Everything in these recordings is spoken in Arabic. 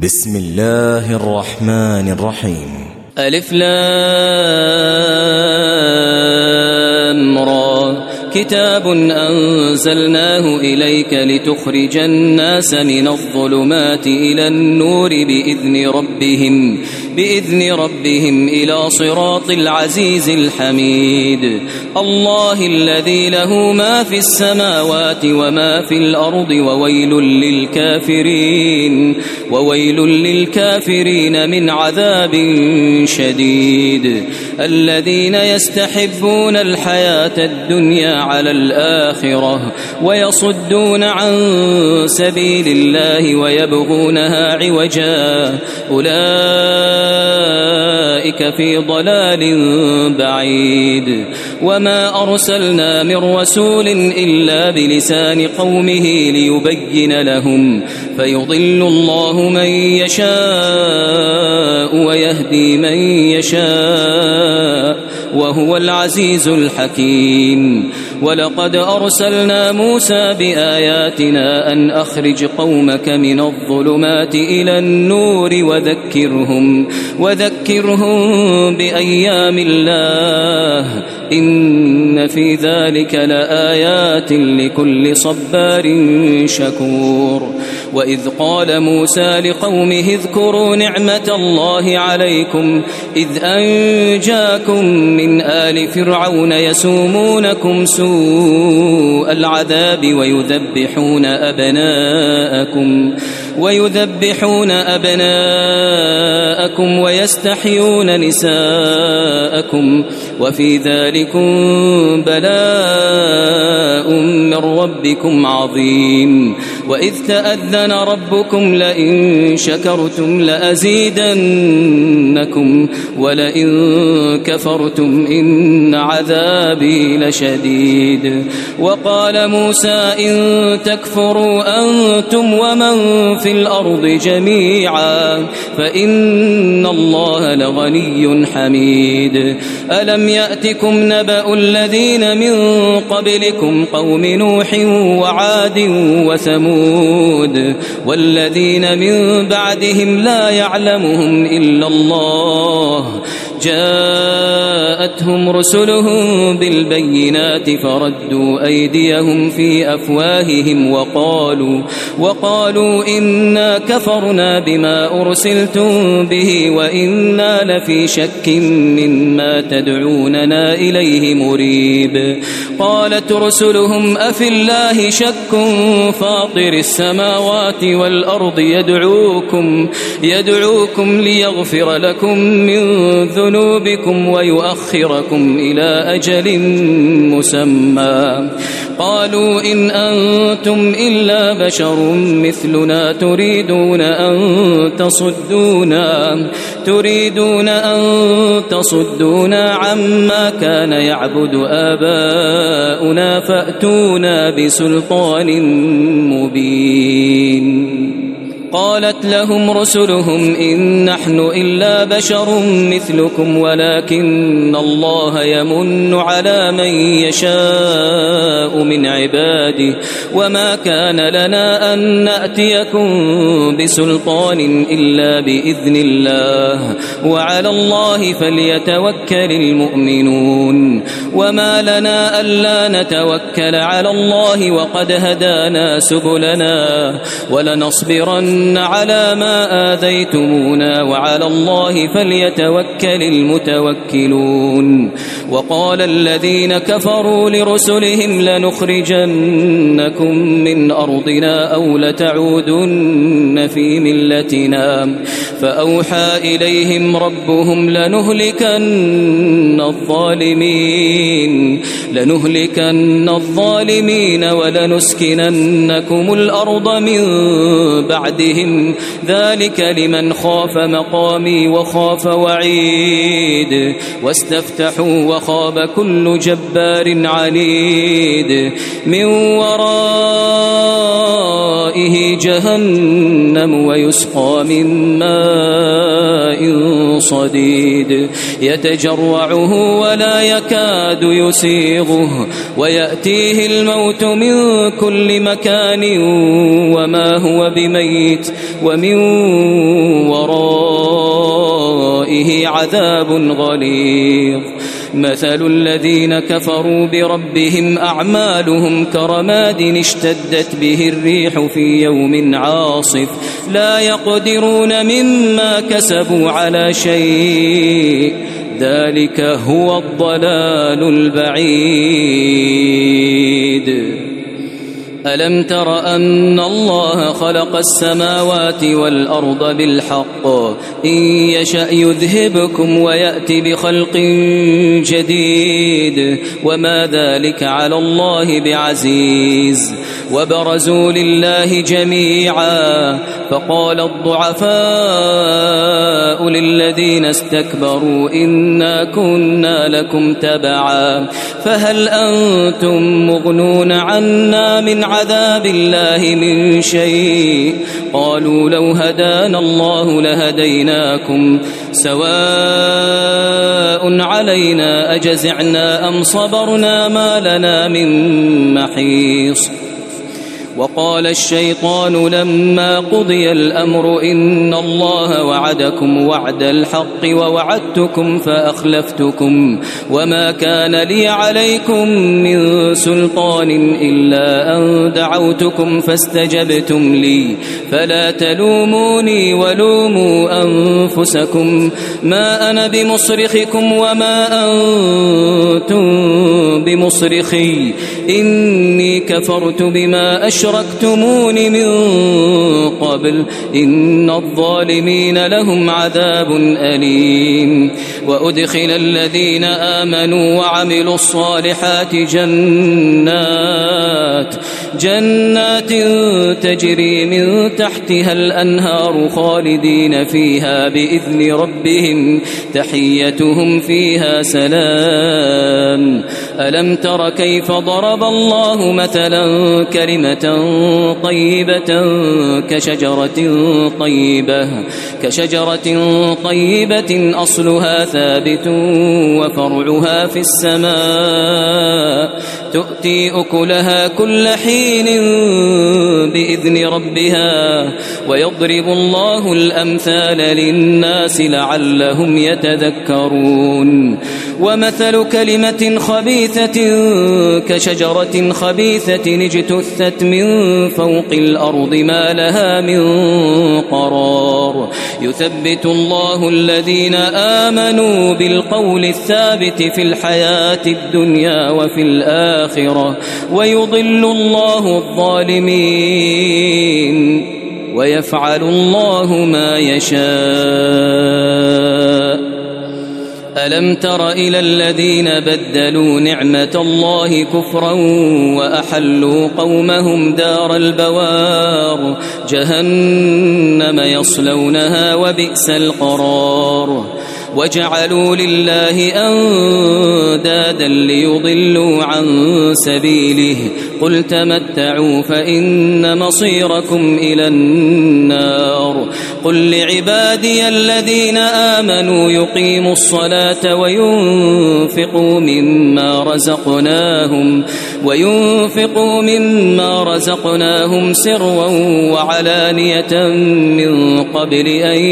بسم الله الرحمن الرحيم. ألف لام را كتاب أنزلناه إليك لتخرج الناس من الظلمات إلى النور بإذن ربهم إلى صراط العزيز الحميد. الله الذي له ما في السماوات وما في الأرض وويل للكافرين من عذاب شديد. الذين يستحبون الحياة الدنيا على الآخرة ويصدون عن سبيل الله ويبغونها عوجا أولئك في ضلال بعيد. وما أرسلنا من رسول إلا بلسان قومه ليبين لهم فيضل الله من يشاء ويهدي من يشاء وهو العزيز الحكيم. ولقد أرسلنا موسى بآياتنا أن أخرج قومك من الظلمات إلى النور وذكرهم بأيام الله إن في ذلك لآيات لكل صبار شكور. وإذ قال موسى لقومه اذكروا نعمة الله عليكم إذ أنجاكم من آل فرعون يسومونكم سوء العذاب ويذبحون أبناءكم ويستحيون نساءكم وفي ذلكم بلاء من ربكم عظيم. وإذ تأذن ربكم لئن شكرتم لأزيدنكم ولئن كفرتم إن عذابي لشديد. وقال موسى إن تكفروا أنتم ومن في الأرض جميعا فإن الله لغني حميد. ألم يأتكم نبأ الذين من قبلكم قوم نوح وعاد وثمود والذين من بعدهم لا يعلمهم إلا الله جاءتهم رسلهم بالبينات فردوا أيديهم في أفواههم وقالوا إنا كفرنا بما أرسلتم به وإنا لفي شك مما تدعوننا إليه مريب. قالت رسلهم أفي الله شك فاطر السماوات والأرض يدعوكم ليغفر لكم من ذنوبكم ويؤخركم إلى أجل مسمى. قالوا إن أنتم إلا بشر مثلنا تريدون أن تصدونا عما كان يعبد آباؤنا فأتونا بسلطان مبين. قالت لهم رسلهم إن نحن إلا بشر مثلكم ولكن الله يمن على من يشاء من عباده وما كان لنا أن نأتيكم بسلطان إلا بإذن الله وعلى الله فليتوكل المؤمنون. وما لنا ألا نتوكل على الله وقد هدانا سبلنا ولنصبرن على ما آذيتمونا وعلى الله فليتوكل المتوكلون. وقال الذين كفروا لرسلهم لنخرجنكم من أرضنا أو لتعودن في ملتنا فأوحى إليهم ربهم لنهلكن الظالمين ولنسكننكم الأرض من بعدهم ذلك لمن خاف مقامي وخاف وعيد. واستفتحوا وخاب كل جبار عنيد من ورائه جهنم ويسقى من ماء صديد يتجرعه ولا يكاد يسيغه ويأتيه الموت من كل مكان وما هو بميت ومن الله عذاب غليظ مثل الذين كفروا بربهم أعمالهم كرماد اشتدت به الريح في يوم عاصف لا يقدرون مما كسبوا على شيء ذلك هو الضلال البعيد ألم تر أن الله خلق السماوات والأرض بالحق إن يشأ يذهبكم ويأتي بخلق جديد وما ذلك على الله بعزيز وبرزوا لله جميعا فقال الضعفاء للذين استكبروا إنا كنا لكم تبعا فهل أنتم مغنون عنا من عذاب الله من شيء قالوا لو هدانا الله لهديناكم سواء علينا أجزعنا أم صبرنا ما لنا من محيص وقال الشيطان لما قضي الأمر إن الله وعدكم وعد الحق ووعدتكم فأخلفتكم وما كان لي عليكم من سلطان إلا أن دعوتكم فاستجبتم لي فلا تلوموني ولوموا أنفسكم ما أنا بمصرخكم وما أنتم بمصرخي إني كفرت بما أشركتمون من قبل إن الظالمين لهم عذاب أليم وأدخل الذين آمنوا وعملوا الصالحات جنات تجري من تحتها الأنهار خالدين فيها بإذن ربهم تحيتهم فيها سلام ألم تر كيف ضرب الله مثلا كلمة طيبة كشجرة طيبة أصلها ثابت وفرعها في السماء تؤتي أكلها كل حين بإذن ربها ويضرب الله الأمثال للناس لعلهم يتذكرون ومثل كلمة خبيثة كشجرة خبيثة اجتثت من فوق الأرض ما لها من قرار يثبت الله الذين آمنوا بالقول الثابت في الحياة الدنيا وفي الآخرة ويضل الله الظالمين ويفعل الله ما يشاء ألم تر إلى الذين بدلوا نعمة الله كفرا وأحلوا قومهم دار البوار جهنم يصلونها وبئس القرار وجعلوا لله أندادا ليضلوا عن سبيله قل تمتعوا فإن مصيركم إلى النار قل لعبادي الذين آمنوا يقيموا الصلاة وينفقوا مما رزقناهم سرا وعلانية من قبل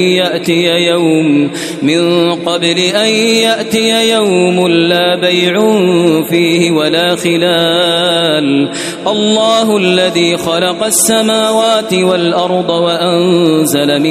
أن يأتي يوم لا بيع فيه ولا خلال الله الذي خلق السماوات والأرض وأنزل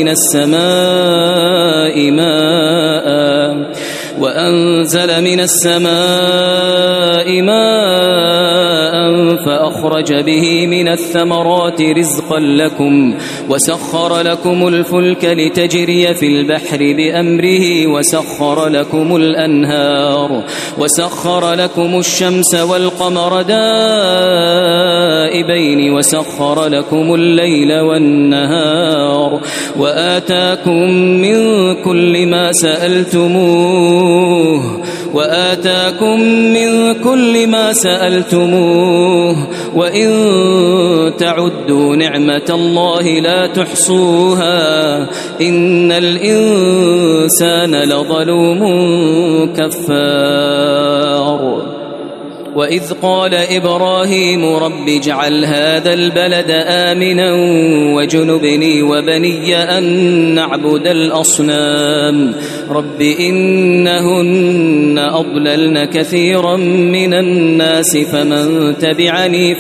من السماء ماء فأخرج به من الثمرات رزقا لكم وسخر لكم الفلك لتجري في البحر بأمره وسخر لكم الأنهار وسخر لكم الشمس والقمر دائبين وسخر لكم الليل والنهار وآتاكم من كل ما سألتموه وإن تعدوا نعمة الله لا تحصوها إن الإنسان لظلوم كفار وإذ قال إبراهيم رب اجعل هذا البلد آمنا وجنبني وبني أن نعبد الأصنام رب إنهن أضللن كثيرا من الناس فمن تبعني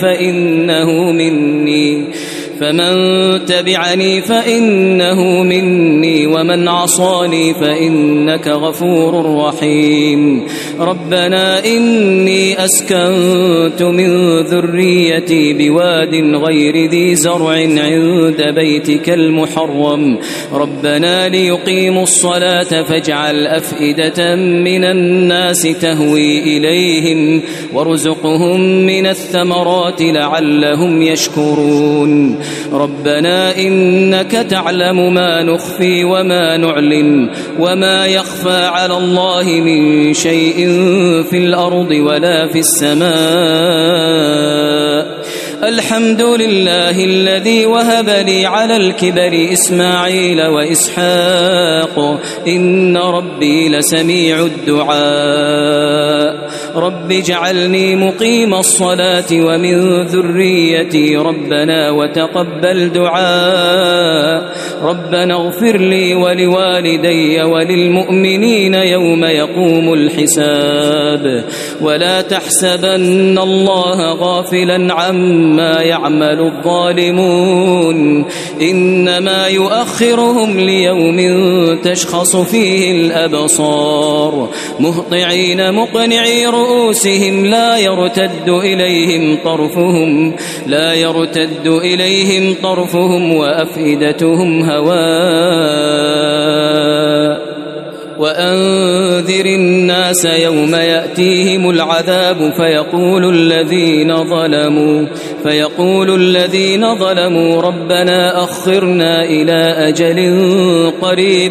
فإنه مني ومن عصاني فإنك غفور رحيم ربنا إني أسكنت من ذريتي بواد غير ذي زرع عند بيتك المحرم ربنا ليقيموا الصلاة فاجعل أفئدة من الناس تهوي إليهم وارزقهم من الثمرات لعلهم يشكرون ربنا إنك تعلم ما نخفي وما نعلن وما يخفى على الله من شيء في الأرض ولا في السماء الحمد لله الذي وهب لي على الكبر إسماعيل وإسحاق إن ربي لسميع الدعاء رب اجعلني مقيم الصلاة ومن ذريتي ربنا وتقبل دعاء ربنا اغفر لي ولوالدي وللمؤمنين يوم يقوم الحساب ولا تحسبن الله غافلا عما يعمل الظالمون إنما يؤخرهم ليوم تشخص فيه الأبصار مهطعين مقنعي رؤوسهم لا يرتد إليهم طرفهم وأفئدتهم هواء وأنذر الناس يوم يأتيهم العذاب فيقول الذين ظلموا ربنا أخرنا إلى أجل قريب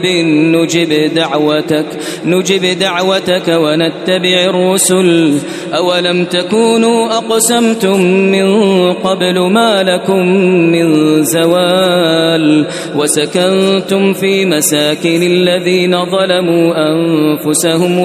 نجب دعوتك ونتبع الرسل أولم تكونوا أقسمتم من قبل ما لكم من زوال وسكنتم في مساكن الذين ظلموا أنفسهم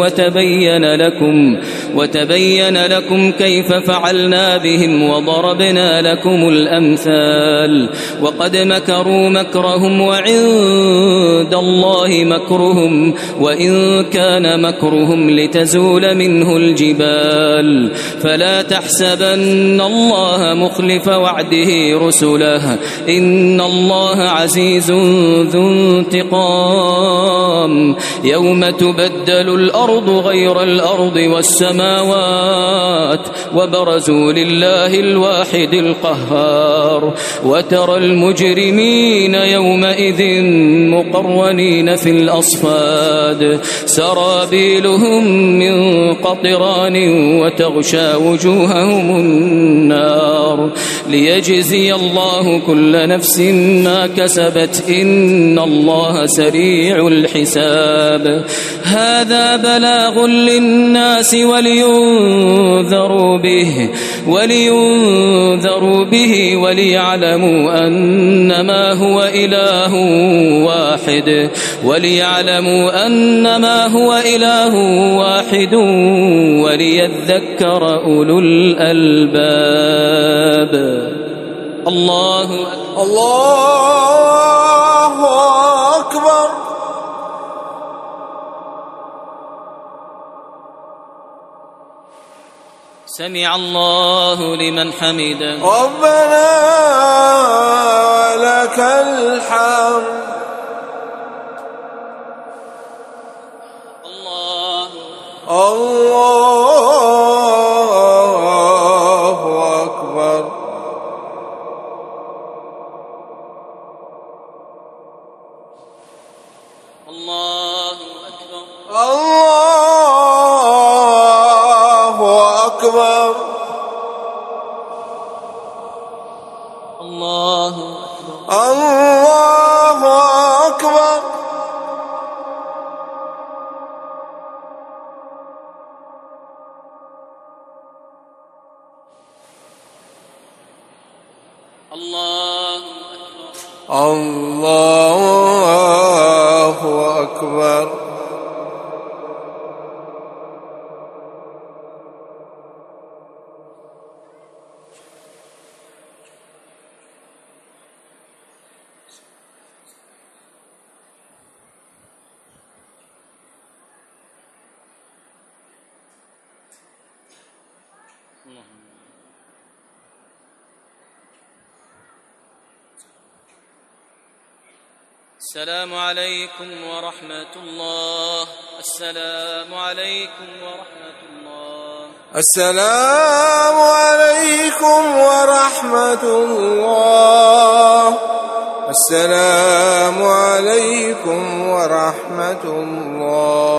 وتبين لكم كيف فعلنا بهم وضربنا لكم الأمثال وقد مكروا مكرهم وعند الله مكرهم وإن كان مكرهم لتزول منه الجبال فلا تحسبن الله مخلف وعده رسله إن الله عزيز ذو انتقام يوم تبدل الأرض غير الأرض والسماوات وبرزوا لله الواحد القهار وترى المجرمين يومئذ مقرنين في الأصفاد سرابيلهم من قطران وتغشى وجوههم النار ليجزي الله كل نفس ما كسبت إن الله سريع الحساب هذا بلاغ للناس ولينذروا به وليعلموا أنما هو إله واحد وليذكر أولو الألباب الله أكبر سمع الله لمن حمده ربنا لك الحمد الله أكبر الله أكبر الله أكبر الله أكبر الله أكبر السلام عليكم ورحمة الله. السلام عليكم ورحمة الله. السلام عليكم ورحمة الله. السلام عليكم ورحمة الله.